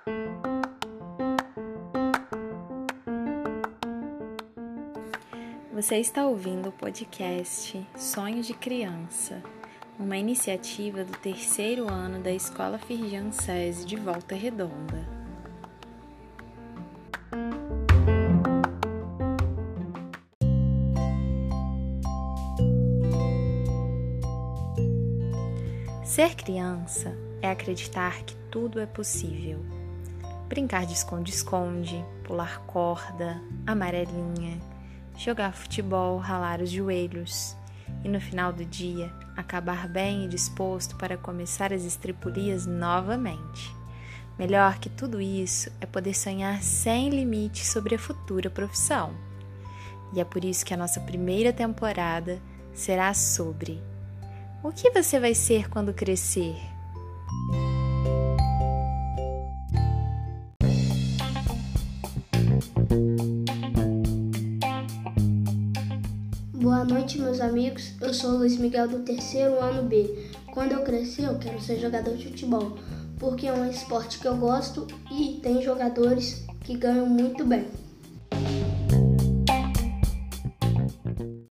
Você está ouvindo o podcast Sonho de Criança, uma iniciativa do terceiro ano da Escola Firjan SESI de Volta Redonda. Ser criança é acreditar que tudo é possível. Brincar de esconde-esconde, pular corda, amarelinha, jogar futebol, ralar os joelhos e no final do dia acabar bem e disposto para começar as estripulias novamente. Melhor que tudo isso é poder sonhar sem limite sobre a futura profissão. E é por isso que a nossa primeira temporada será sobre o que você vai ser quando crescer? Boa noite, meus amigos. Eu sou o Luiz Miguel do terceiro ano B. Quando eu crescer, eu quero ser jogador de futebol, porque é um esporte que eu gosto e tem jogadores que ganham muito bem.